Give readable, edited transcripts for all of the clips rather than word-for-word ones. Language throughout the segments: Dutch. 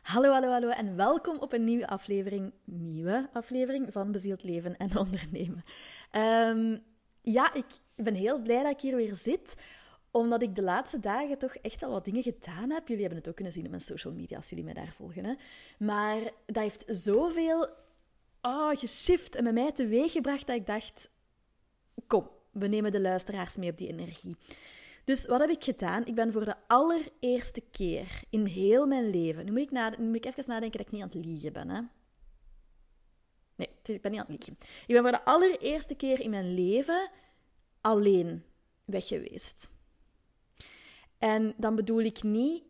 Hallo, hallo, hallo en welkom op een nieuwe aflevering van Bezield Leven en Ondernemen. Ik ben heel blij dat ik hier weer zit, omdat ik de laatste dagen toch echt al wat dingen gedaan heb. Jullie hebben het ook kunnen zien op mijn social media, als jullie mij daar volgen. Hè? Maar dat heeft zoveel geshift en met mij teweeggebracht dat ik dacht, kom, we nemen de luisteraars mee op die energie. Dus wat heb ik gedaan? Ik ben voor de allereerste keer in heel mijn leven... Nu moet ik even nadenken dat ik niet aan het liegen ben. Hè? Nee, ik ben niet aan het liegen. Ik ben voor de allereerste keer in mijn leven alleen weg geweest. En dan bedoel ik niet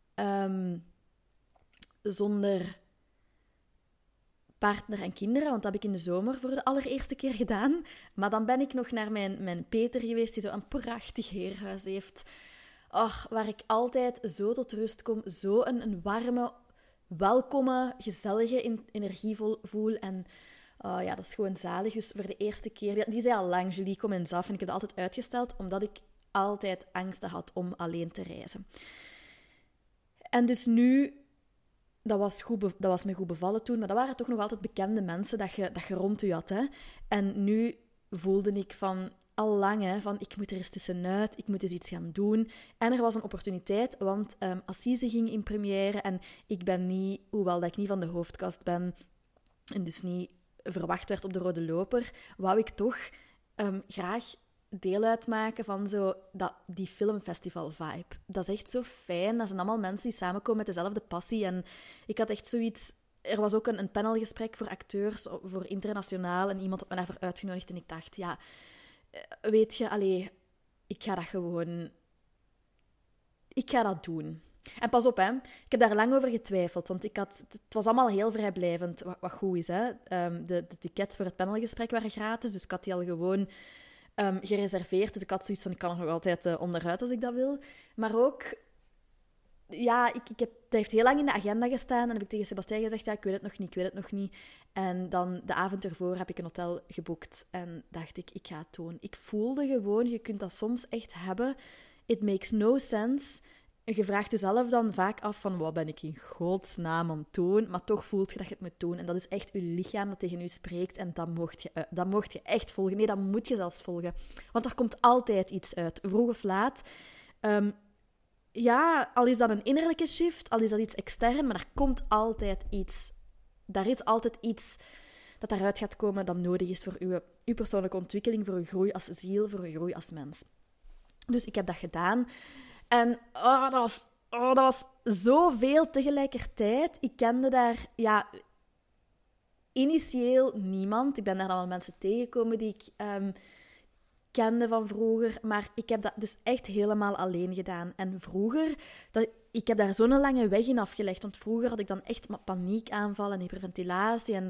zonder partner en kinderen, want dat heb ik in de zomer voor de allereerste keer gedaan. Maar dan ben ik nog naar mijn Peter geweest, die zo een prachtig heerhuis heeft. Waar ik altijd zo tot rust kom, zo een warme, welkome, gezellige energie voel. En dat is gewoon zalig. Dus voor de eerste keer... Die zei al lang, Julie, kom eens af. En ik heb dat altijd uitgesteld, omdat ik altijd angsten had om alleen te reizen. En dus nu... Dat was me goed bevallen toen, maar dat waren toch nog altijd bekende mensen dat je rond je had. Hè? En nu voelde ik al lang, van ik moet er eens tussenuit, ik moet eens iets gaan doen. En er was een opportuniteit, want Assise ging in première en ik ben niet, hoewel dat ik niet van de hoofdkast ben en dus niet verwacht werd op de rode loper, wou ik toch graag deel uitmaken van die filmfestival-vibe. Dat is echt zo fijn. Dat zijn allemaal mensen die samenkomen met dezelfde passie. En ik had echt zoiets... Er was ook een panelgesprek voor acteurs, voor internationaal, en iemand had me daarvoor uitgenodigd. En ik dacht, weet je, ik ga dat gewoon... Ik ga dat doen. En pas op, hè. Ik heb daar lang over getwijfeld, want het was allemaal heel vrijblijvend, wat goed is, hè. De tickets voor het panelgesprek waren gratis, dus ik had die al gewoon... gereserveerd, dus ik had zoiets van, ik kan er nog altijd onderuit als ik dat wil. Maar ook, dat heeft heel lang in de agenda gestaan en heb ik tegen Sebastien gezegd, ik weet het nog niet. En dan de avond ervoor heb ik een hotel geboekt en dacht ik ga het doen. Ik voelde gewoon, je kunt dat soms echt hebben, it makes no sense. Je vraagt jezelf dan vaak af van, wat ben ik in godsnaam aan het doen? Maar toch voelt je dat je het moet doen. En dat is echt je lichaam dat tegen je spreekt. En dat mocht je echt volgen. Nee, dat moet je zelfs volgen. Want er komt altijd iets uit. Vroeg of laat. Al is dat een innerlijke shift, al is dat iets extern, maar er komt altijd iets. Daar is altijd iets dat daaruit gaat komen dat nodig is voor uw persoonlijke ontwikkeling, voor uw groei als ziel, voor uw groei als mens. Dus ik heb dat gedaan. En dat was zoveel tegelijkertijd. Ik kende daar initieel niemand. Ik ben daar dan wel mensen tegengekomen die ik kende van vroeger. Maar ik heb dat dus echt helemaal alleen gedaan. En vroeger, ik heb daar zo'n lange weg in afgelegd. Want vroeger had ik dan echt paniekaanvallen en hyperventilatie. En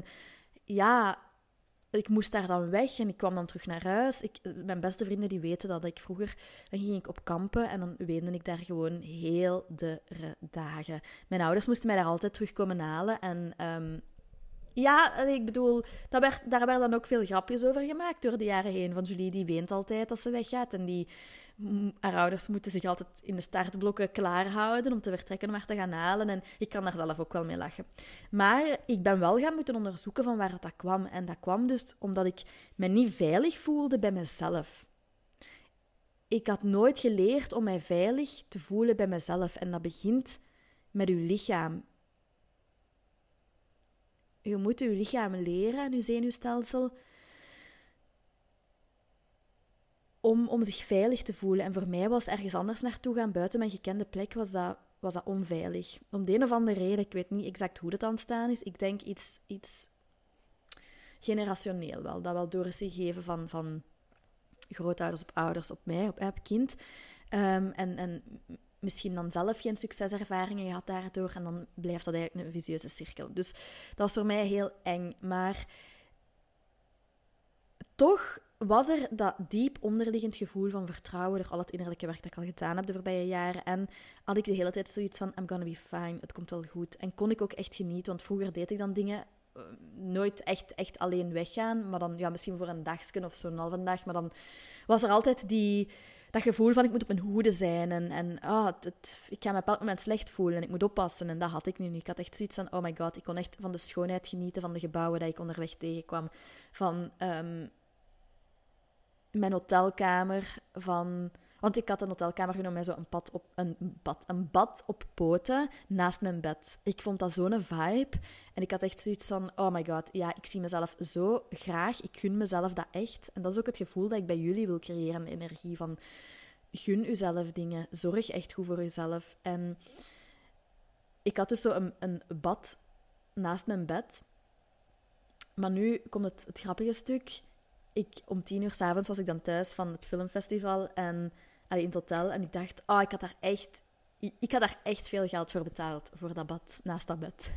ik moest daar dan weg en ik kwam dan terug naar huis. Mijn beste vrienden die weten dat ik vroeger... Dan ging ik op kampen en dan weende ik daar gewoon heel de dagen. Mijn ouders moesten mij daar altijd terugkomen halen. En ik bedoel... Daar werden dan ook veel grapjes over gemaakt door de jaren heen. Van Julie, die weent altijd als ze weggaat. En haar ouders moeten zich altijd in de startblokken klaarhouden om te vertrekken om haar te gaan halen. En ik kan daar zelf ook wel mee lachen. Maar ik ben wel gaan moeten onderzoeken van waar dat kwam. En dat kwam dus omdat ik me niet veilig voelde bij mezelf. Ik had nooit geleerd om mij veilig te voelen bij mezelf. En dat begint met uw lichaam. Je moet uw lichaam leren en uw zenuwstelsel om zich veilig te voelen. En voor mij was ergens anders naartoe gaan, buiten mijn gekende plek, was dat onveilig. Om de een of andere reden, ik weet niet exact hoe dat ontstaan is. Ik denk iets generationeel wel. Dat wel door is gegeven van grootouders op ouders, op mij, op kind. En misschien dan zelf geen succeservaringen gehad daardoor. En dan blijft dat eigenlijk een vicieuze cirkel. Dus dat was voor mij heel eng. Maar toch was er dat diep onderliggend gevoel van vertrouwen door al het innerlijke werk dat ik al gedaan heb de voorbije jaren. En had ik de hele tijd zoiets van, I'm gonna be fine, het komt wel goed. En kon ik ook echt genieten, want vroeger deed ik dan dingen, nooit echt alleen weggaan, maar dan misschien voor een dagje of zo'n halve dag. Maar dan was er altijd dat gevoel van ik moet op mijn hoede zijn en ik ga me op elk moment slecht voelen en ik moet oppassen. En dat had ik nu niet. Ik had echt zoiets van, oh my god, ik kon echt van de schoonheid genieten van de gebouwen dat ik onderweg tegenkwam. Van mijn hotelkamer, want ik had een hotelkamer genomen met zo een bad op poten naast mijn bed. Ik vond dat zo'n vibe. En ik had echt zoiets van, oh my god, ja, ik zie mezelf zo graag. Ik gun mezelf dat echt. En dat is ook het gevoel dat ik bij jullie wil creëren. De energie van, gun uzelf dingen. Zorg echt goed voor uzelf. En ik had dus zo een bad naast mijn bed. Maar nu komt het grappige stuk. Om 10:00 s'avonds was ik dan thuis van het filmfestival en in het hotel. En ik dacht, ik had daar echt veel geld voor betaald, voor dat bad, naast dat bed.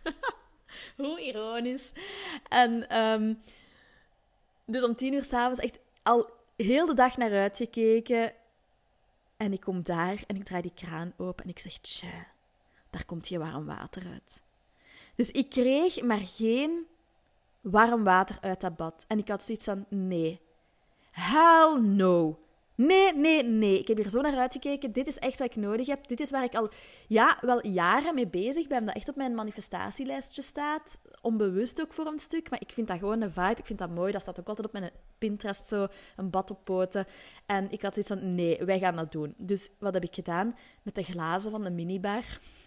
Hoe ironisch. En dus om 10:00 s'avonds echt al heel de dag naar uitgekeken. En ik kom daar en ik draai die kraan open en ik zeg, tja, daar komt geen warm water uit. Dus ik kreeg maar geen warm water uit dat bad. En ik had zoiets van, nee. Hell no. Nee. Ik heb hier zo naar uitgekeken. Dit is echt wat ik nodig heb. Dit is waar ik al wel jaren mee bezig ben. Dat echt op mijn manifestatielijstje staat. Onbewust ook voor een stuk. Maar ik vind dat gewoon een vibe. Ik vind dat mooi. Dat staat ook altijd op mijn Pinterest zo. Een bad op poten. En ik had zoiets van, nee, wij gaan dat doen. Dus wat heb ik gedaan? Met de glazen van de minibar.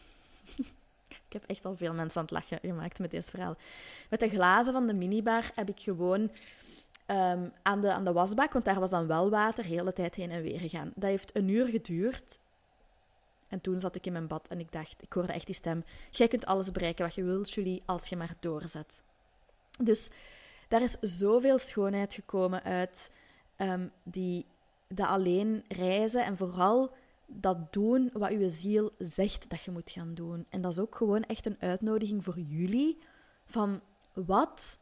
Ik heb echt al veel mensen aan het lachen gemaakt met deze verhaal. Met de glazen van de minibar heb ik gewoon aan de wasbak, want daar was dan wel water, de hele tijd heen en weer gegaan. Dat heeft 1 uur geduurd. En toen zat ik in mijn bad en ik dacht, ik hoorde echt die stem. Jij kunt alles bereiken wat je wilt, Julie, als je maar doorzet. Dus daar is zoveel schoonheid gekomen uit dat alleen reizen en vooral dat doen wat uw ziel zegt dat je moet gaan doen. En dat is ook gewoon echt een uitnodiging voor jullie van wat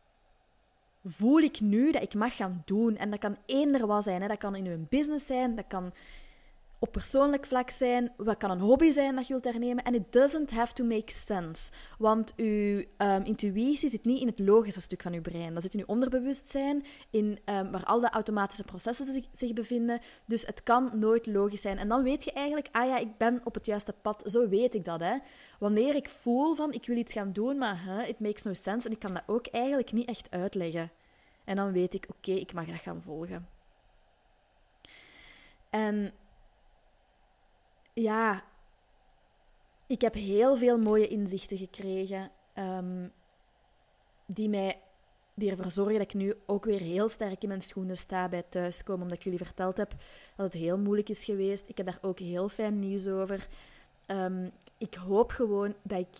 voel ik nu dat ik mag gaan doen. En dat kan eender wat zijn. Hè. Dat kan in uw business zijn, dat kan op persoonlijk vlak zijn, wat kan een hobby zijn dat je wilt hernemen. En it doesn't have to make sense. Want uw intuïtie zit niet in het logische stuk van uw brein. Dat zit in uw onderbewustzijn, waar al de automatische processen zich bevinden. Dus het kan nooit logisch zijn. En dan weet je eigenlijk, ik ben op het juiste pad. Zo weet ik dat, hè. Wanneer ik voel van, ik wil iets gaan doen, maar it makes no sense. En ik kan dat ook eigenlijk niet echt uitleggen. En dan weet ik, oké, ik mag dat gaan volgen. En ja, ik heb heel veel mooie inzichten gekregen die ervoor zorgen dat ik nu ook weer heel sterk in mijn schoenen sta bij thuiskomen, omdat ik jullie verteld heb dat het heel moeilijk is geweest. Ik heb daar ook heel fijn nieuws over. Ik hoop gewoon dat ik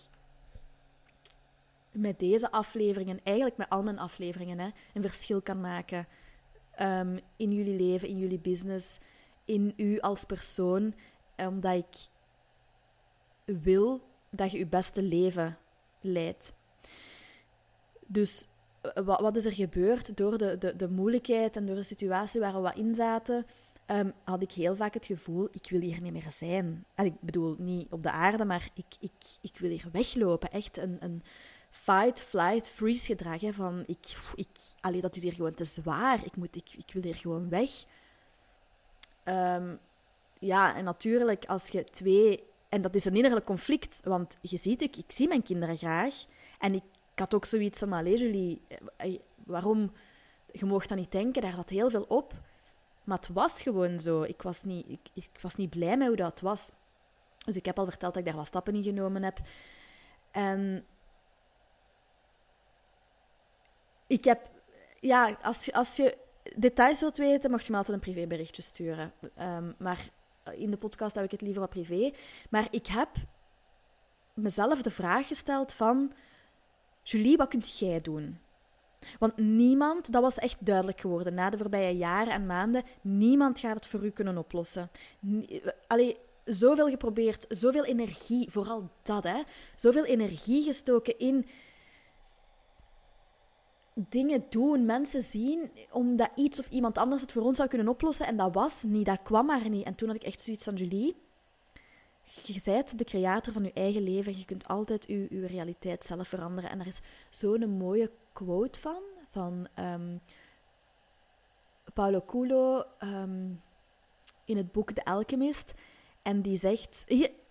met deze afleveringen, eigenlijk met al mijn afleveringen, een verschil kan maken in jullie leven, in jullie business, in u als persoon, omdat ik wil dat je je beste leven leidt. Dus wat is er gebeurd? Door de moeilijkheid en door de situatie waar we wat in zaten, had ik heel vaak het gevoel, ik wil hier niet meer zijn. En ik bedoel, niet op de aarde, maar ik wil hier weglopen. Echt een fight, flight, freeze gedrag. Hè, van, dat is hier gewoon te zwaar. Ik wil hier gewoon weg. En natuurlijk, als je en dat is een innerlijk conflict, want je ziet, ik zie mijn kinderen graag. En ik had ook zoiets van, allee, Julie, waarom? Je mocht dat niet denken, daar zat heel veel op. Maar het was gewoon zo. Ik was niet blij met hoe dat was. Dus ik heb al verteld dat ik daar wat stappen in genomen heb. En ik heb... Ja, als je details wilt weten, mag je me altijd een privéberichtje sturen. Maar in de podcast heb ik het liever wat privé. Maar ik heb mezelf de vraag gesteld van... Julie, wat kunt jij doen? Want niemand, dat was echt duidelijk geworden na de voorbije jaren en maanden, niemand gaat het voor u kunnen oplossen. Zoveel geprobeerd, zoveel energie, vooral dat, hè. Zoveel energie gestoken in dingen doen, mensen zien, omdat iets of iemand anders het voor ons zou kunnen oplossen. En dat was niet, dat kwam maar niet. En toen had ik echt zoiets van, Julie, je bent de creator van je eigen leven. Je kunt altijd je realiteit zelf veranderen. En er is zo'n mooie quote van Paulo Coelho. in het boek The Alchemist. En die zegt...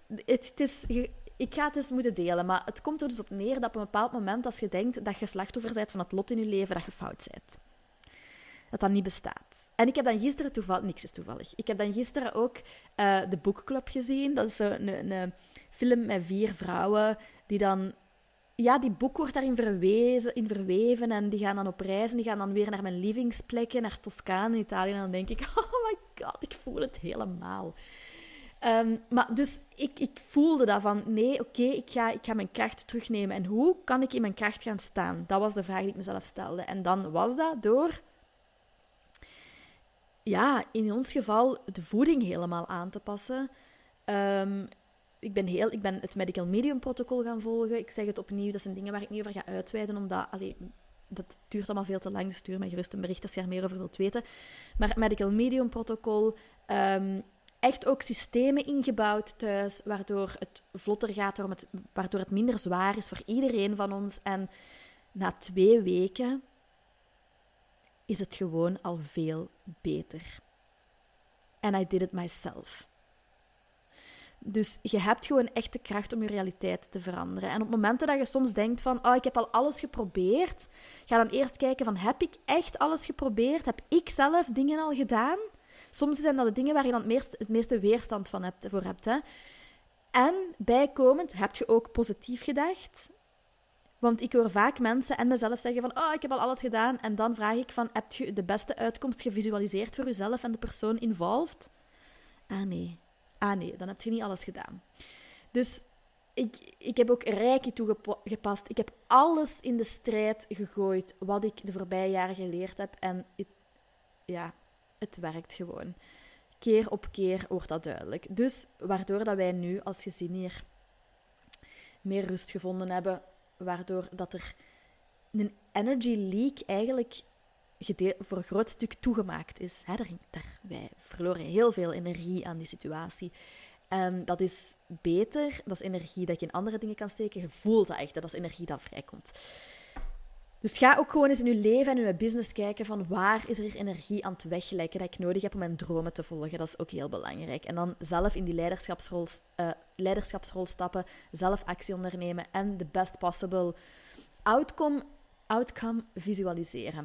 Ik ga het eens moeten delen, maar het komt er dus op neer dat op een bepaald moment, als je denkt dat je slachtoffer bent van het lot in je leven, dat je fout bent. Dat dat niet bestaat. En ik heb dan gisteren toevallig... Niks is toevallig. Ik heb dan gisteren ook de Book Club gezien. Dat is zo een film met 4 vrouwen die dan... Ja, die boek wordt daarin verweven en die gaan dan op reis en die gaan dan weer naar mijn lievingsplekken, naar Toscane in Italië. En dan denk ik, oh my god, ik voel het helemaal. Maar dus ik voelde dat van, nee, oké, ik ga mijn kracht terugnemen. En hoe kan ik in mijn kracht gaan staan? Dat was de vraag die ik mezelf stelde. En dan was dat door, ja, in ons geval de voeding helemaal aan te passen. Ik ben het Medical Medium protocol gaan volgen. Ik zeg het opnieuw, dat zijn dingen waar ik niet over ga uitweiden, omdat... dat duurt allemaal veel te lang, dus stuur mij gerust een bericht als je er meer over wilt weten. Maar het Medical Medium protocol... echt ook systemen ingebouwd thuis, waardoor het vlotter gaat, waardoor het minder zwaar is voor iedereen van ons. En na 2 weken is het gewoon al veel beter. And I did it myself. Dus je hebt gewoon echt de kracht om je realiteit te veranderen. En op momenten dat je soms denkt van, ik heb al alles geprobeerd, ga dan eerst kijken van, heb ik echt alles geprobeerd? Heb ik zelf dingen al gedaan? Soms zijn dat de dingen waar je dan het meeste weerstand voor hebt. Hè? En bijkomend, heb je ook positief gedacht? Want ik hoor vaak mensen en mezelf zeggen van, ik heb al alles gedaan. En dan vraag ik van, heb je de beste uitkomst gevisualiseerd voor jezelf en de persoon involved? Ah nee, dan heb je niet alles gedaan. Dus ik heb ook Reiki toegepast. Ik heb alles in de strijd gegooid wat ik de voorbije jaren geleerd heb. En het werkt gewoon. Keer op keer wordt dat duidelijk. Dus waardoor dat wij nu als gezin hier meer rust gevonden hebben, waardoor dat er een energy leak eigenlijk voor een groot stuk toegemaakt is. Wij verloren heel veel energie aan die situatie. En dat is beter. Dat is energie dat je in andere dingen kan steken. Je voelt dat echt. Dat is energie dat vrijkomt. Dus ga ook gewoon eens in je leven en in je business kijken van waar is er hier energie aan het weglekken dat ik nodig heb om mijn dromen te volgen. Dat is ook heel belangrijk. En dan zelf in die leiderschapsrol stappen, zelf actie ondernemen en de best possible outcome visualiseren.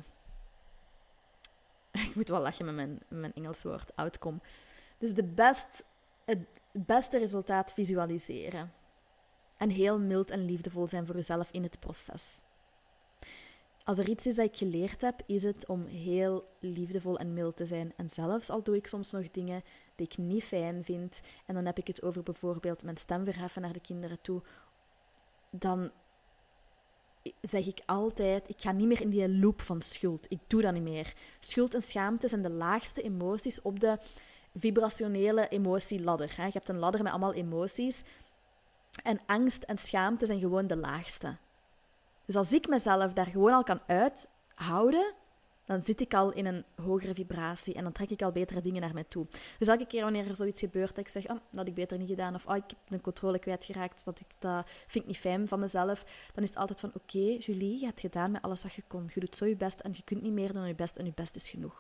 Ik moet wel lachen met mijn Engels woord, outcome. Dus het beste resultaat visualiseren. En heel mild en liefdevol zijn voor jezelf in het proces. Als er iets is dat ik geleerd heb, is het om heel liefdevol en mild te zijn. En zelfs al doe ik soms nog dingen die ik niet fijn vind, en dan heb ik het over bijvoorbeeld mijn stem verheffen naar de kinderen toe, dan zeg ik altijd, ik ga niet meer in die loop van schuld. Ik doe dat niet meer. Schuld en schaamte zijn de laagste emoties op de vibrationele emotieladder. Je hebt een ladder met allemaal emoties. En angst en schaamte zijn gewoon de laagste. Dus als ik mezelf daar gewoon al kan uithouden, dan zit ik al in een hogere vibratie en dan trek ik al betere dingen naar mij toe. Dus elke keer wanneer er zoiets gebeurt dat ik zeg, dat had ik beter niet gedaan, of ik heb de controle kwijtgeraakt, dat vind ik niet fijn van mezelf, dan is het altijd van, oké, Julie, je hebt gedaan met alles wat je kon. Je doet zo je best en je kunt niet meer dan je best en je best is genoeg.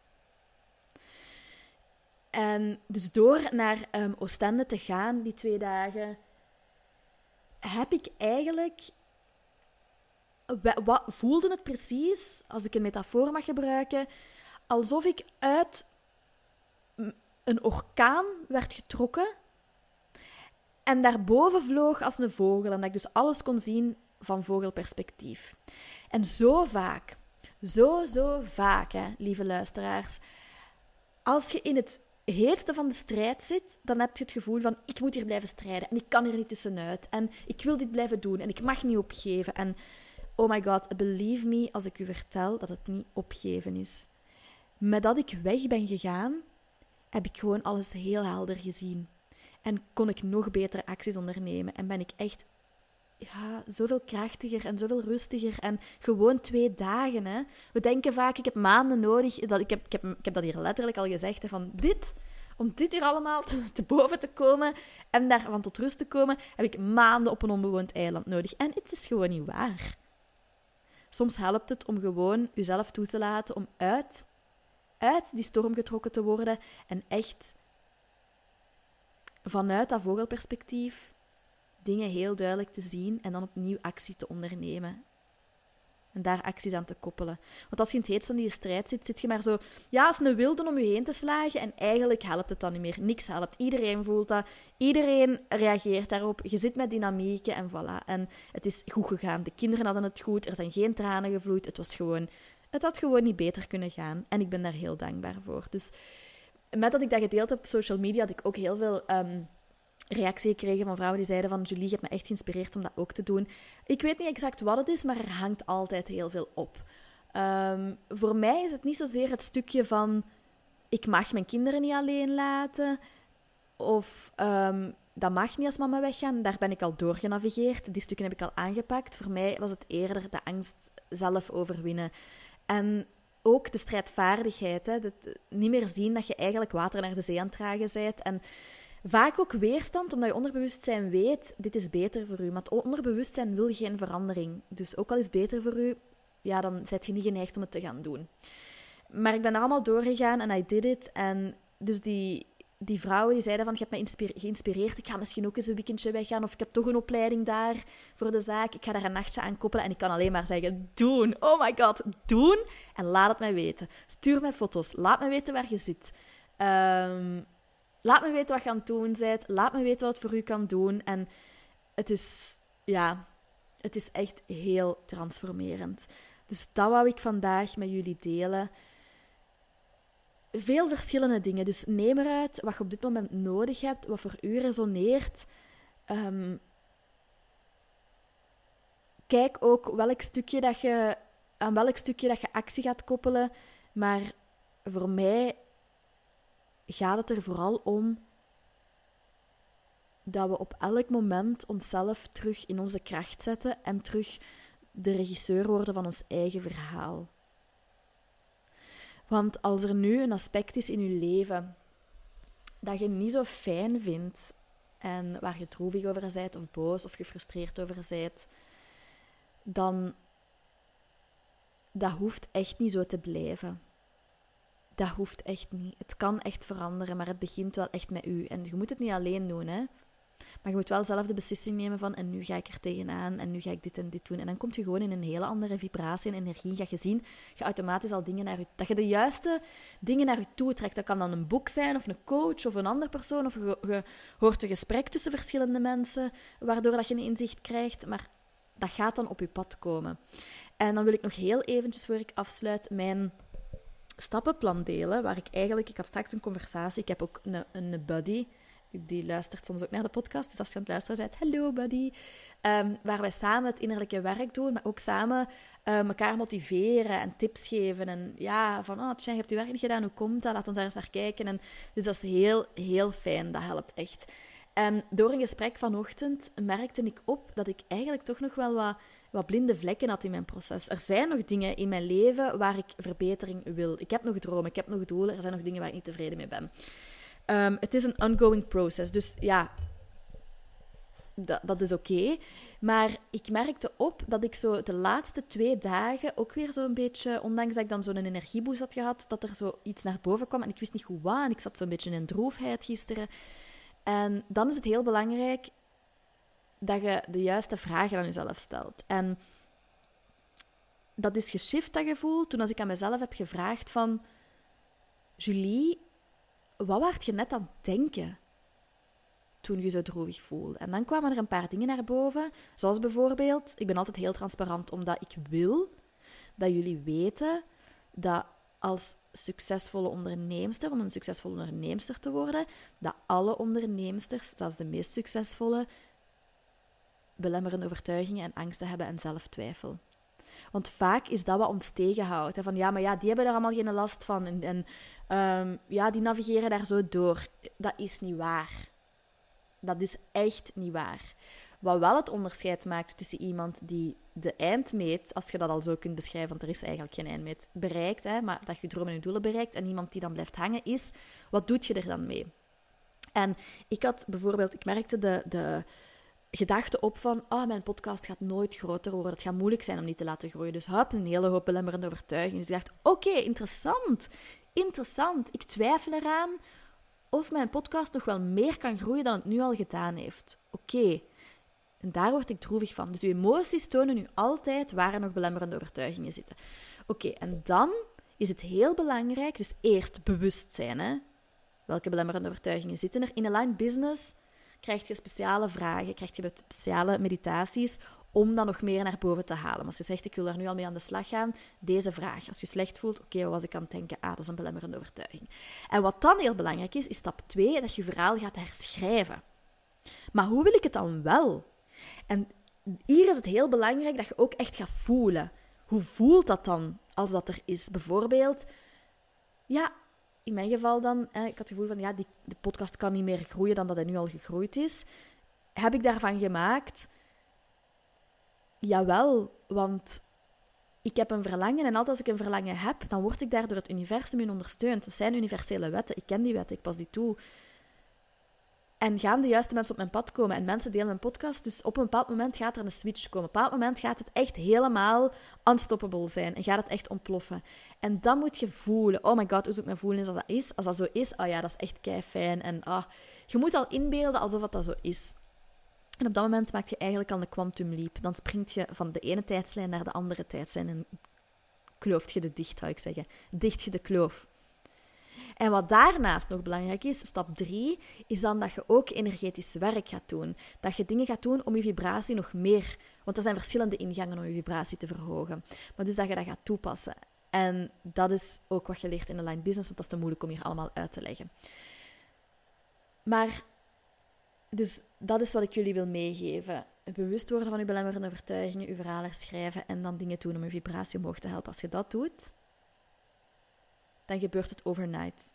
En dus door naar Oostende te gaan, die 2 dagen, heb ik eigenlijk... Wat voelde het precies, als ik een metafoor mag gebruiken, alsof ik uit een orkaan werd getrokken en daarboven vloog als een vogel en dat ik dus alles kon zien van vogelperspectief. En zo vaak, zo vaak, lieve luisteraars, als je in het heetste van de strijd zit, dan heb je het gevoel van, ik moet hier blijven strijden en ik kan hier niet tussenuit en ik wil dit blijven doen en ik mag niet opgeven en... Oh my god, believe me als ik u vertel dat het niet opgeven is. Met dat ik weg ben gegaan, heb ik gewoon alles heel helder gezien. En kon ik nog betere acties ondernemen. En ben ik echt zoveel krachtiger en zoveel rustiger. En gewoon 2 dagen. Hè. We denken vaak, ik heb maanden nodig. Ik heb dat hier letterlijk al gezegd. Hè, om dit hier allemaal te boven te komen en daarvan tot rust te komen, heb ik maanden op een onbewoond eiland nodig. En het is gewoon niet waar. Soms helpt het om gewoon jezelf toe te laten om uit uit die storm getrokken te worden en echt vanuit dat vogelperspectief dingen heel duidelijk te zien en dan opnieuw actie te ondernemen. En daar acties aan te koppelen. Want als je in het heet van die strijd zit, zit je maar zo... Ja, als een wilde om je heen te slagen. En eigenlijk helpt het dan niet meer. Niks helpt. Iedereen voelt dat. Iedereen reageert daarop. Je zit met dynamieken en voilà. En het is goed gegaan. De kinderen hadden het goed. Er zijn geen tranen gevloeid. Het had gewoon niet beter kunnen gaan. En ik ben daar heel dankbaar voor. Dus met dat ik dat gedeeld heb op social media, had ik ook heel veel... reactie gekregen van vrouwen die zeiden van Julie, je hebt me echt geïnspireerd om dat ook te doen. Ik weet niet exact wat het is, maar er hangt altijd heel veel op. Voor mij is het niet zozeer het stukje van ik mag mijn kinderen niet alleen laten of dat mag niet als mama weggaan. Daar ben ik al doorgenavigeerd. Die stukken heb ik al aangepakt. Voor mij was het eerder de angst zelf overwinnen. En ook de strijdvaardigheid. Hè? Niet meer zien dat je eigenlijk water naar de zee aan het dragen bent. En vaak ook weerstand, omdat je onderbewustzijn weet, dit is beter voor u. Maar het onderbewustzijn wil geen verandering. Dus ook al is het beter voor u, ja, dan ben je niet geneigd om het te gaan doen. Maar ik ben er allemaal doorgegaan en I did it. En dus die vrouwen die zeiden van, je hebt mij geïnspireerd, ik ga misschien ook eens een weekendje weggaan, of ik heb toch een opleiding daar voor de zaak, ik ga daar een nachtje aan koppelen. En ik kan alleen maar zeggen, doen. Oh my god, doen. En laat het mij weten. Stuur mij foto's. Laat me weten waar je zit. Laat me weten wat je aan het doen bent. Laat me weten wat het voor u kan doen. En het is echt heel transformerend. Dus dat wou ik vandaag met jullie delen. Veel verschillende dingen. Dus neem eruit wat je op dit moment nodig hebt, wat voor u resoneert. Kijk ook aan welk stukje dat je actie gaat koppelen. Maar voor mij gaat het er vooral om dat we op elk moment onszelf terug in onze kracht zetten en terug de regisseur worden van ons eigen verhaal. Want als er nu een aspect is in je leven dat je niet zo fijn vindt en waar je droevig over bent of boos of gefrustreerd over bent, dan dat hoeft echt niet zo te blijven. Dat hoeft echt niet. Het kan echt veranderen, maar het begint wel echt met u. En je moet het niet alleen doen, hè. Maar je moet wel zelf de beslissing nemen van en nu ga ik er tegenaan en nu ga ik dit en dit doen. En dan kom je gewoon in een hele andere vibratie en energie. Ga je zien, je automatisch al dingen naar je... Dat je de juiste dingen naar je toe trekt. Dat kan dan een boek zijn, of een coach, of een andere persoon. Of je hoort een gesprek tussen verschillende mensen, waardoor dat je een inzicht krijgt. Maar dat gaat dan op je pad komen. En dan wil ik nog heel eventjes, voor ik afsluit, mijn stappenplan delen. Waar ik had straks een conversatie. Ik heb ook een buddy... Die luistert soms ook naar de podcast. Dus als je aan het luisteren bent, hallo buddy. Waar wij samen het innerlijke werk doen, maar ook samen elkaar motiveren en tips geven. En ja, van, Tjijn, je hebt je werk niet gedaan, hoe komt dat? Laat ons daar eens naar kijken. En dus dat is heel, heel fijn. Dat helpt echt. En door een gesprek vanochtend merkte ik op dat ik eigenlijk toch nog wel wat blinde vlekken had in mijn proces. Er zijn nog dingen in mijn leven waar ik verbetering wil. Ik heb nog dromen, ik heb nog doelen. Er zijn nog dingen waar ik niet tevreden mee ben. Het is een ongoing process, dus ja, dat is oké. Maar ik merkte op dat ik zo de laatste 2 dagen ook weer zo'n beetje, ondanks dat ik dan zo'n energieboost had gehad, dat er zo iets naar boven kwam en ik wist niet goed wat. En ik zat zo'n beetje in droefheid gisteren. En dan is het heel belangrijk dat je de juiste vragen aan jezelf stelt. En dat is geshift, dat gevoel, toen als ik aan mezelf heb gevraagd van... Julie... Wat waart je net aan het denken toen je zo droevig voelde? En dan kwamen er een paar dingen naar boven. Zoals bijvoorbeeld, ik ben altijd heel transparant, omdat ik wil dat jullie weten dat als succesvolle onderneemster, om een succesvolle onderneemster te worden, dat alle onderneemsters, zelfs de meest succesvolle, belemmerende overtuigingen en angsten hebben en zelftwijfel. Want vaak is dat wat ons tegenhoudt. Hè? Van ja, maar ja, die hebben er allemaal geen last van. En ja, die navigeren daar zo door. Dat is niet waar. Dat is echt niet waar. Wat wel het onderscheid maakt tussen iemand die de eindmeet, als je dat al zo kunt beschrijven, want er is eigenlijk geen eindmeet, bereikt, hè, maar dat je dromen en je doelen bereikt, en iemand die dan blijft hangen, is, wat doe je er dan mee? En ik had bijvoorbeeld, ik merkte de gedachte op van, mijn podcast gaat nooit groter worden. Het gaat moeilijk zijn om niet te laten groeien. Dus heb een hele hoop belemmerende overtuigingen. Dus ik dacht, oké, interessant. interessant. Ik twijfel eraan of mijn podcast nog wel meer kan groeien dan het nu al gedaan heeft. Oké. En daar word ik droevig van. Dus uw emoties tonen u altijd waar er nog belemmerende overtuigingen zitten. Oké, en dan is het heel belangrijk, dus eerst bewustzijn. Hè? Welke belemmerende overtuigingen zitten er? In Align Business krijg je speciale vragen, krijg je speciale meditaties om dat nog meer naar boven te halen. Als je zegt, ik wil daar nu al mee aan de slag gaan, deze vraag. Als je slecht voelt, oké, wat was ik aan het denken? Dat is een belemmerende overtuiging. En wat dan heel belangrijk is stap 2, dat je verhaal gaat herschrijven. Maar hoe wil ik het dan wel? En hier is het heel belangrijk dat je ook echt gaat voelen. Hoe voelt dat dan als dat er is? Bijvoorbeeld, ja, in mijn geval dan, ik had het gevoel van, ja, de podcast kan niet meer groeien dan dat hij nu al gegroeid is. Heb ik daarvan gemaakt? Jawel, want ik heb een verlangen en altijd als ik een verlangen heb, dan word ik daar door het universum in ondersteund. Dat zijn universele wetten. Ik ken die wetten, ik pas die toe. En gaan de juiste mensen op mijn pad komen en mensen delen mijn podcast. Dus op een bepaald moment gaat er een switch komen. Op een bepaald moment gaat het echt helemaal unstoppable zijn. En gaat het echt ontploffen. En dan moet je voelen. Oh my god, hoe zou ik me voelen als dat is? Als dat zo is, oh ja, dat is echt keifijn. En je moet al inbeelden alsof dat zo is. En op dat moment maak je eigenlijk al een quantum leap. Dan springt je van de ene tijdslijn naar de andere tijdslijn. En klooft je de dicht, zou ik zeggen. Dicht je de kloof. En wat daarnaast nog belangrijk is, stap 3, is dan dat je ook energetisch werk gaat doen. Dat je dingen gaat doen om je vibratie nog meer... Want er zijn verschillende ingangen om je vibratie te verhogen. Maar dus dat je dat gaat toepassen. En dat is ook wat je leert in Align Business, want dat is te moeilijk om hier allemaal uit te leggen. Maar, dus dat is wat ik jullie wil meegeven. Bewust worden van je belemmerende overtuigingen, je verhaal herschrijven en dan dingen doen om je vibratie omhoog te helpen. Als je dat doet, dan gebeurt het overnight.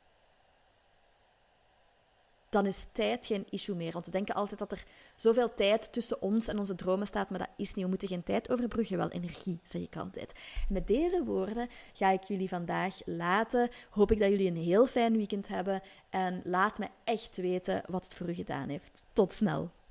Dan is tijd geen issue meer. Want we denken altijd dat er zoveel tijd tussen ons en onze dromen staat, maar dat is niet. We moeten geen tijd overbruggen, wel energie, zeg ik altijd. En met deze woorden ga ik jullie vandaag laten. Hoop ik dat jullie een heel fijn weekend hebben. En laat me echt weten wat het voor u gedaan heeft. Tot snel.